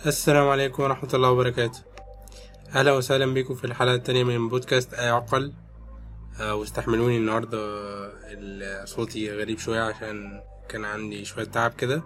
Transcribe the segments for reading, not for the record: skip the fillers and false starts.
السلام عليكم ورحمة الله وبركاته. أهلا وسهلا بكم في الحلقة التانية من بودكاست أعقل. واستحملوني النهاردة صوتي غريب شوية عشان كان عندي شوية تعب كده.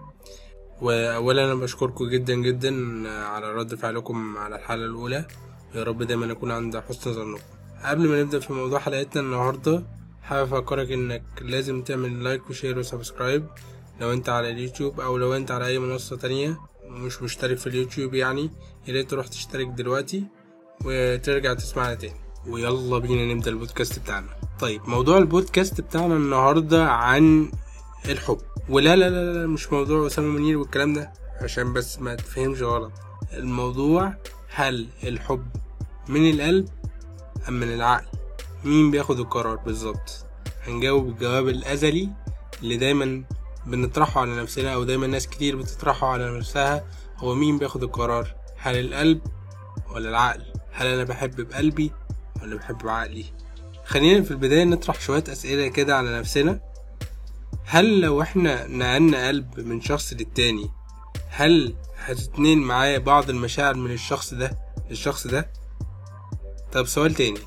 وأولا أنا بشكركم جدا جدا على رد فعلكم على الحلقة الأولى، يا رب دايما أكون عند حسن ظنكم. قبل ما نبدأ في موضوع حلقتنا النهاردة، حابب أفكرك إنك لازم تعمل لايك وشير وسبسكرايب لو أنت على اليوتيوب، أو لو أنت على أي منصة تانية مش مشترك في اليوتيوب يعني ياريت تروح تشترك دلوقتي وترجع تسمعنا تاني. ويلا بينا نبدأ البودكاست بتاعنا. طيب، موضوع البودكاست بتاعنا النهاردة عن الحب. ولا لا لا لا مش موضوع أسامة منير والكلام ده، عشان بس ما تفهمش غلط. الموضوع هل الحب من القلب أم من العقل؟ مين بياخد القرار بالظبط؟ هنجاوب الجواب الأزلي اللي دايما بنطرحه على نفسنا، او دايما ناس كتير بتطرحه على نفسها. هو مين بياخد القرار؟ هل القلب ولا العقل؟ هل انا بحب بقلبي ولا بحب بعقلي؟ خلينا في البداية نطرح شوية اسئلة كده على نفسنا. هل لو احنا نقلنا قلب من شخص للتاني، هل هتتنين معايا بعض المشاعر من الشخص ده للشخص ده؟ طب سؤال تاني،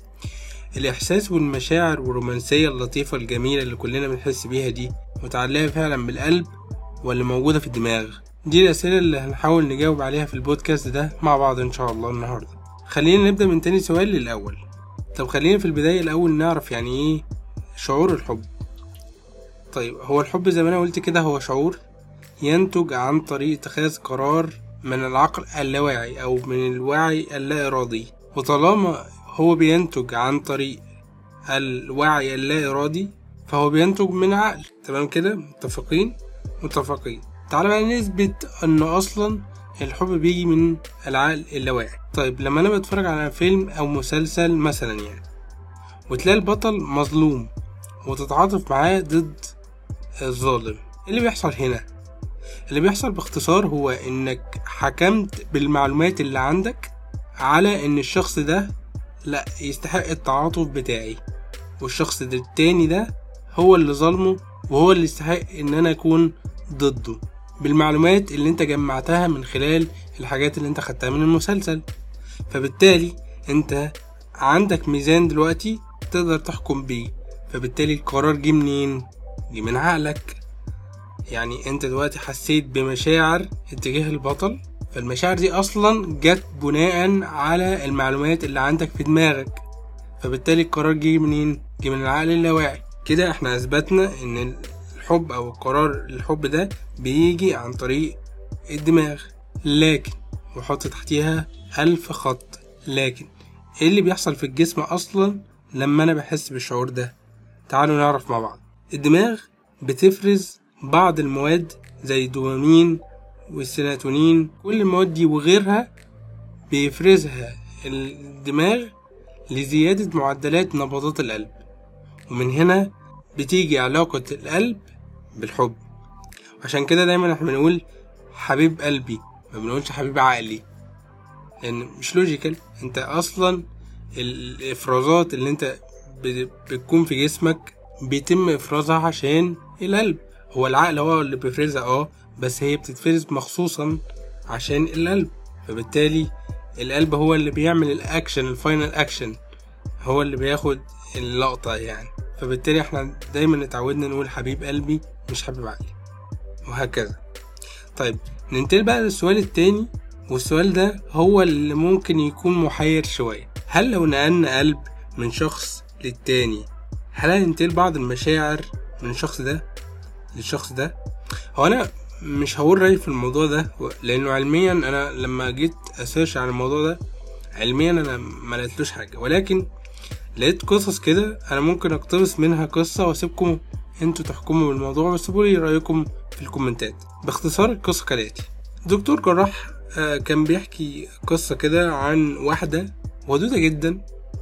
الإحساس والمشاعر والرومانسية اللطيفة الجميلة اللي كلنا بنحس بيها دي متعلقة فعلا بالقلب ولا موجودة في الدماغ؟ دي الأسئلة اللي هنحاول نجاوب عليها في البودكاست ده مع بعض إن شاء الله النهاردة. خلينا نبدأ من تاني سؤال للأول. طب خلينا في البداية الأول نعرف يعني إيه شعور الحب. طيب، هو الحب زي ما أنا قلت كده هو شعور ينتج عن طريق اتخاذ قرار من العقل اللاواعي أو من الوعي اللا إرادي. وطالما هو بينتج عن طريق الوعي اللا إرادي فهو بينتج من عقل. تمام كده؟ متفقين. تعالى بقى نثبت أن أصلا الحب بيجي من العقل اللاواعي. طيب، لما أنا بتفرج على فيلم أو مسلسل مثلا يعني، وتلاقي البطل مظلوم وتتعاطف معاه ضد الظالم، اللي بيحصل هنا، اللي بيحصل باختصار هو إنك حكمت بالمعلومات اللي عندك على إن الشخص ده لا يستحق التعاطف بتاعي، والشخص ده التاني ده هو اللي ظلمه وهو اللي يستحق ان انا اكون ضده، بالمعلومات اللي انت جمعتها من خلال الحاجات اللي انت خدتها من المسلسل. فبالتالي انت عندك ميزان دلوقتي تقدر تحكم بيه، فبالتالي القرار جه منين؟ جه من عقلك. يعني انت دلوقتي حسيت بمشاعر اتجاه البطل، فالمشاعر دي اصلا جت بناء على المعلومات اللي عندك في دماغك، فبالتالي القرار جه منين؟ جه من العقل اللاواعي. كده احنا اثبتنا ان الحب او قرار الحب ده بيجي عن طريق الدماغ. لكن وحط تحتيها 1000 خط، لكن ايه اللي بيحصل في الجسم اصلا لما انا بحس بالشعور ده؟ تعالوا نعرف مع بعض. الدماغ بتفرز بعض المواد زي الدوبامين والسيروتونين، كل المواد دي وغيرها بيفرزها الدماغ لزيادة معدلات نبضات القلب، ومن هنا بتيجي علاقة القلب بالحب. عشان كده دايما احنا بنقول حبيب قلبي، ما بنقولش حبيب عقلي، لان مش لوجيكال. انت اصلا الافرازات اللي انت بتكون في جسمك بيتم افرازها عشان القلب. هو العقل هو اللي بيفرزها بس هي بتتفرز مخصوصا عشان القلب، فبالتالي القلب هو اللي بيعمل الاكشن، الفاينل اكشن، هو اللي بياخد اللقطة يعني. فبالتالي احنا دايما اتعودنا نقول حبيب قلبي مش حبيب عقلي، وهكذا. طيب، ننتقل بقى للسؤال التاني، والسؤال ده هو اللي ممكن يكون محير شوية. هل لو نقلنا قلب من شخص للتاني، هل هننتقل بعض المشاعر من الشخص ده للشخص ده؟ هو انا مش هقول رأيي في الموضوع ده، لانه علميا انا لما جيت اسيرش عن الموضوع ده علميا انا ما لقيتلوش حاجة، ولكن لقيت قصص كده انا ممكن اقتبس منها قصة واسيبكم انتوا تحكموا بالموضوع، وسيبولي رأيكم في الكومنتات. باختصار القصة كالاتي: دكتور جراح كان بيحكي قصة كده عن واحدة ودودة جدا،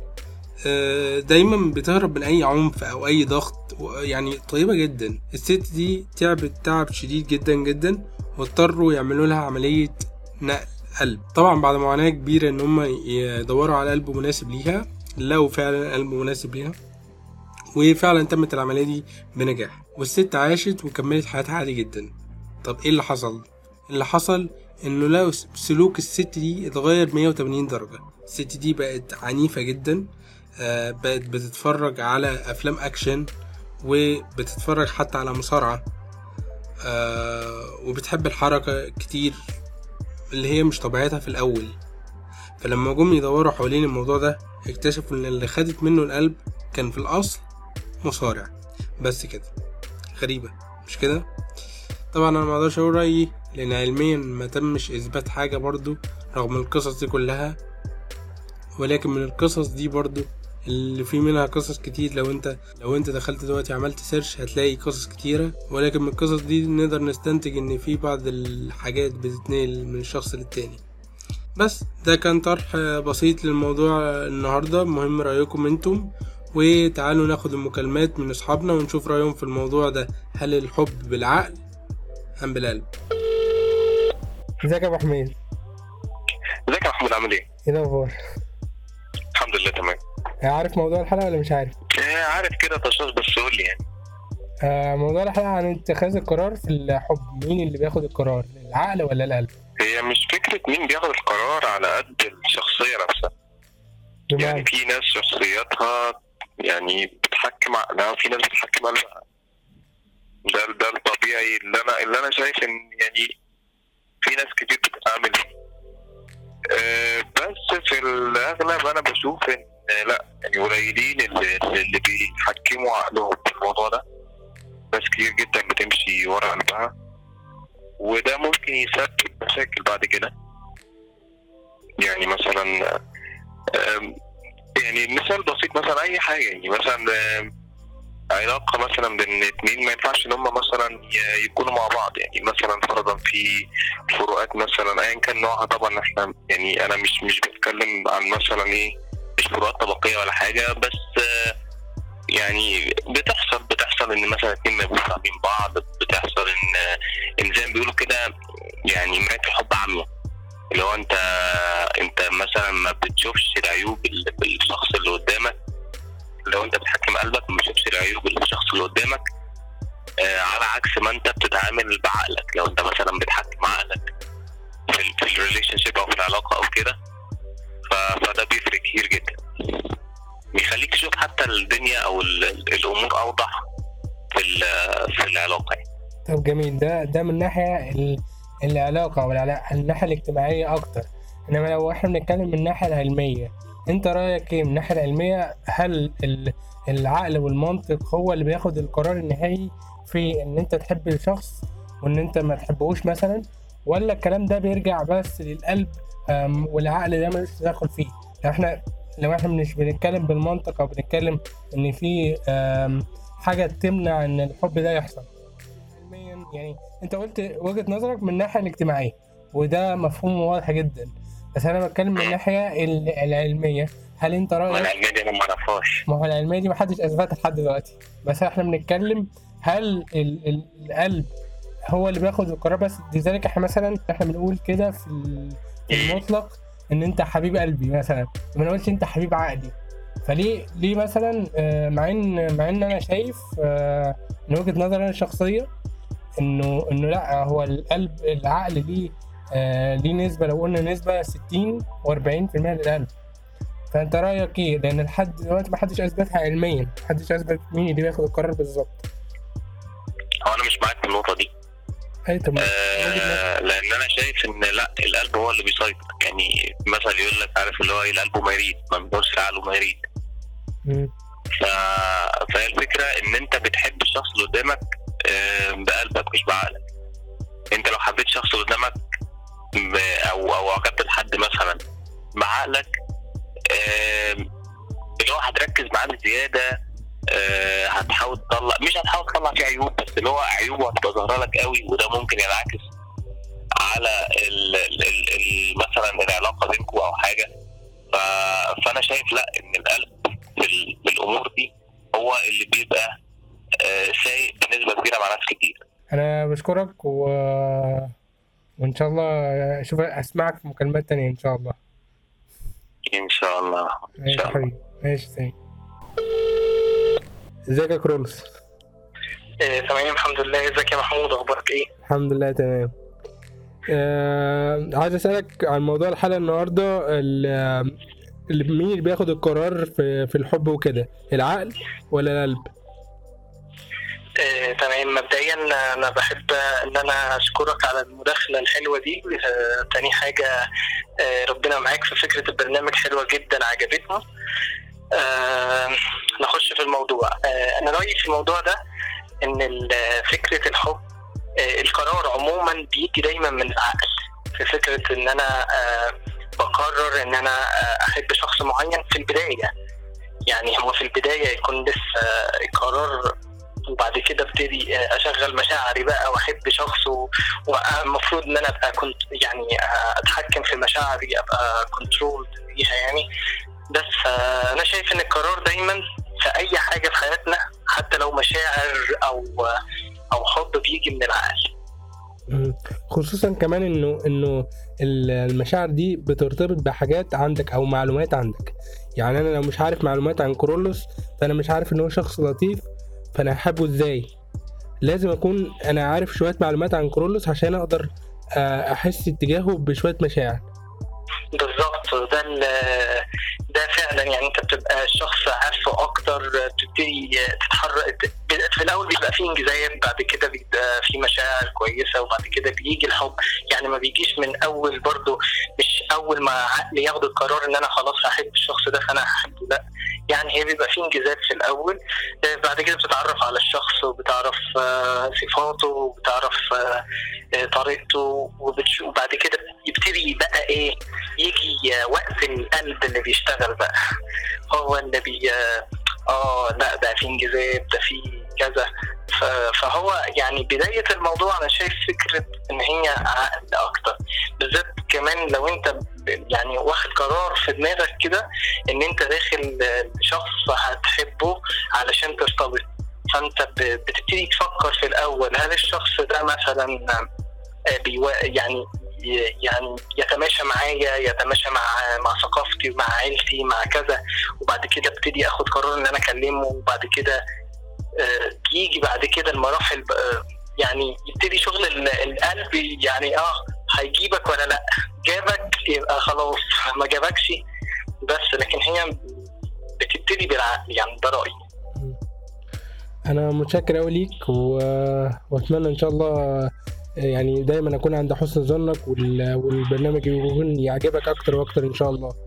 دايما بتهرب من اي عنف او اي ضغط، يعني طيبة جدا. الست دي تعبت تعب شديد جدا جدا، واضطروا يعملوا لها عملية نقل قلب. طبعا بعد معاناة كبيرة ان هم يدوروا على قلب مناسب ليها، لو فعلا قلب مناسب ليها، وفعلا تمت العملية دي بنجاح، والست عاشت وكملت حياتها عادي جدا. طب ايه اللي حصل؟ اللي حصل انه لو سلوك الست دي اتغير 180 درجة. الست دي بقت عنيفة جدا، بقت بتتفرج على افلام اكشن، وبتتفرج حتى على مصارعة، وبتحب الحركة كتير اللي هي مش طبيعتها في الاول. فلما جم يدوروا حوالين الموضوع ده اكتشفوا ان اللي خدت منه القلب كان في الاصل مصارع. بس كده. غريبة مش كده؟ طبعا انا ما اقدرش اقول رايي لان علميا ما تمش اثبات حاجه برضو رغم القصص دي كلها، ولكن من القصص دي برضو اللي في منها قصص كتير. لو انت دخلت دلوقتي عملت سيرش هتلاقي قصص كتيرة، ولكن من القصص دي نقدر نستنتج ان في بعض الحاجات بتتنقل من الشخص للتاني. بس ده كان طرح بسيط للموضوع النهاردة. مهم رأيكم انتم، وتعالوا ناخد المكالمات من اصحابنا ونشوف رأيهم في الموضوع ده. هل الحب بالعقل ام بالقلب؟ ازيك يا ابو حميد؟ ازيك يا محمود، عامل ايه؟ ايه الاخبار؟ الحمد لله تمام. عارف موضوع الحلقة ولا مش عارف؟ عارف كده تشخيص، بس قول لي يعني. موضوع الحلقة عن اتخاذ القرار في الحب. مين اللي بياخد القرار، العقل ولا القلب؟ هي مش فكرة مين بياخد القرار على قد الشخصية نفسها. يعني في ناس شخصياتها يعني بتحكم عقلها، وفي ناس بتحكم قلبها. ده الطبيعي اللي انا شايف ان يعني في ناس كتير بتتعامل بس في الاغلب انا بشوف ان لا، يعني قليلين اللي بيحكموا عقلهم في الموضوع ده. ناس كتير جدا بتمشي ورا قلبها، وده ممكن يسبب مشاكل بعد كده. يعني مثلا يعني مثال بسيط، مثلا اي حاجه، يعني مثلا علاقه مثلا بين اتنين ما ينفعش ان هم مثلا يكونوا مع بعض. يعني مثلا فرضا في فروقات مثلا ايا كان نوعها. طبعا احنا يعني انا مش بتكلم عن مثلا ايه، مش فروقات طبقيه ولا حاجه، بس يعني بتحصل ان مثلا اتنين ما يبقوش فاهمين بعض. بتحصل ان زي ما بيقولوا كده يعني مراية الحب عامية، اللي هو انت مثلا ما بتشوفش العيوب بالشخص اللي قدامك. لو انت بتحكم قلبك ما بتشوفش العيوب الشخص اللي قدامك، على عكس ما انت بتتعامل بعقلك. لو انت مثلا بتحكم عقلك في الريليشن شيب او في العلاقه او كده، فده بيفرق كتير جدا، بيخليك تشوف حتى الدنيا او الامور اوضح في العلاقه يعني. طب جميل. ده من ناحيه العلاقه او الناحيه الاجتماعيه اكتر. انما لو احنا بنتكلم من الناحيه العلميه، انت رايك ايه من الناحيه العلميه؟ هل العقل والمنطق هو اللي بياخد القرار النهائي في ان انت تحب الشخص وان انت ما تحبهوش مثلا، ولا الكلام ده بيرجع بس للقلب والعقل ده ملوش تدخل فيه؟ لو احنا مش بنتكلم بالمنطق او بنتكلم ان في حاجه تمنع ان الحب ده يحصل علميا. يعني انت قلت وجهة نظرك من الناحيه الاجتماعيه، وده مفهوم واضح جدا، بس انا بتكلم من الناحيه العلميه. هل انت رايك؟ العلميه دي انا ما اعرفهاش. ما هو العلميه دي محدش اثبتها لحد دلوقتي، بس احنا بنتكلم هل القلب هو اللي بياخد القرار بس. لذلك احنا بنقول كده في المطلق ان انت حبيب قلبي مثلا، ما نقولش انت حبيب عقلي. فليه مثلا مع ان انا شايف من وجهة نظري انا الشخصيه انه لا، هو القلب العقل ليه نسبه. لو قلنا نسبه 60 و40% للقلب. فانت رايك ايه؟ لان لحد دلوقتي ما حدش اثبتها علميا، محدش اثبت مين اللي بياخد القرار بالظبط. هو انا مش معاك في النقطه دي. لان انا شايف ان لا، القلب هو اللي بيسيطر. يعني مثلا يقول لك عارف اللي هو القلب ما يريد، ما بيقولش عقله ما يريد. فهي الفكره ان انت بتحب الشخص اللي قدامك بقلبك مش بعقلك. انت لو حبيت شخص قدامك او عجبت لحد مثلا بعقلك، اللي هو هتركز معاه بزياده، هتحاول تطلع، مش هتحاول تطلع فيه عيوب، بس اللي هو عيوبه هتبقى ظاهره لك قوي، وده ممكن ينعكس على مثلا العلاقه بينكم او حاجه. فانا شايف لا، ان القلب في الامور دي هو اللي بيبقى سايق بنسبه كبيره مع ناس كتير. انا بشكرك وان شاء الله اسمعك في مكالمات تانية ان شاء الله. ان شاء الله. ماشي ثاني. ازيك يا كرولوس؟ تمام الحمد لله. ازيك يا محمود، اخبارك ايه؟ الحمد لله تمام. عايز اسالك عن موضوع الحلقه النهارده، مين اللي بياخد القرار في الحب وكده، العقل ولا القلب؟ تمام. مبدئيا انا بحب ان انا اشكرك على المداخله الحلوه دي. تاني حاجه ربنا معاك في فكره البرنامج، حلوه جدا عجبتني. نخش في الموضوع. انا رايي في الموضوع ده ان فكره الحب، القرار عموما بيجي دايما من العقل. في فكره ان انا بقرر ان انا احب شخص معين في البدايه، يعني هو في البدايه يكون لسه قرار، وبعد كده ابتدي اشغل مشاعري بقى واحب شخص، والمفروض ان انا ابقى كنت يعني اتحكم في مشاعري، ابقى كنترول فيها يعني. بس انا شايف ان القرار دايما في اي حاجه في حياتنا، حتى لو مشاعر او حب، بيجي من العقل. خصوصا كمان انه المشاعر دي بترتبط بحاجات عندك او معلومات عندك. يعني انا لو مش عارف معلومات عن كورولوس، فانا مش عارف ان هو شخص لطيف، فانا هحبه ازاي؟ لازم اكون انا عارف شويه معلومات عن كورولوس عشان اقدر احس اتجاهه بشويه مشاعر. بالظبط، ده فعلا. يعني انت بتبقى الشخص عارفه اكتر، بتبتدي تتحرك. في الاول بيبقى فيه انجذاب، بعد كده بيبقى فيه مشاعر كويسه، وبعد كده بيجي الحب. يعني ما بيجيش من اول، برضو مش اول ما عقلي ياخد القرار ان انا خلاص هحب الشخص ده فانا هحبه، لا. يعني هي بيبقى فيه انجذاب في الاول، بعد كده بتتعرف على الشخص وبتعرف صفاته وبتعرف طريقته، وبعد كده يبتدي بقى ايه، يجي وقت القلب اللي بيشتغل بقى، هو اللي لا ده في انجذاب، ده في كذا. فهو يعني بداية الموضوع انا شايف فكرة ان هي عقل اكتر، بالذات كمان لو انت يعني واخد قرار في دماغك كده ان انت داخل شخص هتحبه علشان ترتبط. فانت بتبتدي تفكر في الاول، هل الشخص ده مثلا يعني يتماشى معايا، يتماشى مع ثقافتي ومع عيلتي مع كذا. وبعد كده ابتدي اخد قرار ان انا اكلمه، وبعد كده يجي بعد كده المراحل يعني يبتدي شغل القلب، يعني هيجيبك ولا لا. جابك يبقى خلاص، ما جابكش بس. لكن هي بتبتدي بالعقل، يعني ده رأيي. انا متشكر قوي ليك، واتمنى ان شاء الله يعني دايما اكون عند حسن ظنك، والبرنامج يكون يعجبك اكتر واكتر ان شاء الله.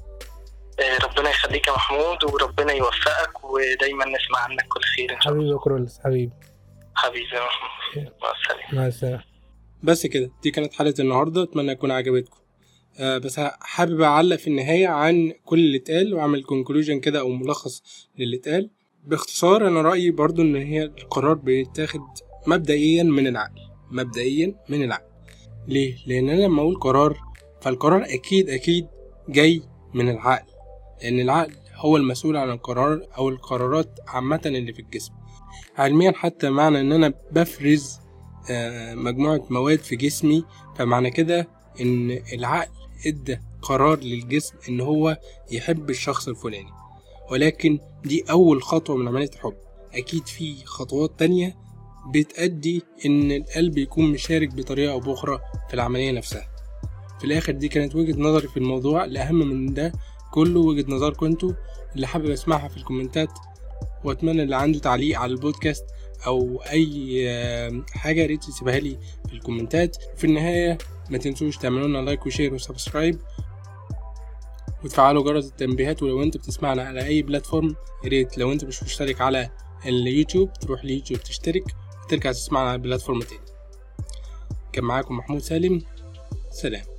ربنا يخليك يا محمود، وربنا يوفقك، ودايما نسمع عنك كل خير ان شاء الله. حبيبي يا كورولوس، حبيبي يا محمود، مع السلامه. مع السلامه. بس كده، دي كانت حلقه النهارده، اتمنى تكون عجبتكم. بس حابب اعلق في النهايه عن كل اللي اتقال، واعمل كونكلوجن كده او ملخص للي اتقال باختصار. انا رايي برضو ان هي القرار بيتاخد مبدئيا من العقل، ليه؟ لان انا لما اقول قرار، فالقرار اكيد جاي من العقل، لان العقل هو المسؤول عن القرار او القرارات عامه اللي في الجسم. علميا حتى معنى ان انا بفرز مجموعه مواد في جسمي، فمعنى كده ان العقل ادى قرار للجسم ان هو يحب الشخص الفلاني. ولكن دي اول خطوه من عمليه الحب، اكيد في خطوات تانية بتأدي ان القلب يكون مشارك بطريقه او باخرى في العمليه نفسها. في الاخر دي كانت وجهه نظري في الموضوع. الاهم من ده كله وجهه نظركم انتوا، اللي حابب اسمعها في الكومنتات. واتمنى اللي عنده تعليق على البودكاست او اي حاجه ريت تسيبها لي في الكومنتات. في النهايه ما تنسوش تعملوا لنا لايك وشير وسبسكرايب، وتفعلوا جرس التنبيهات. ولو انت بتسمعنا على اي بلاتفورم، ياريت لو انت مش مشترك على اليوتيوب تروح ليوتيوب تشترك وترجع تسمعنا على بلاتفورم تاني. كان معاكم محمود سالم، سلام.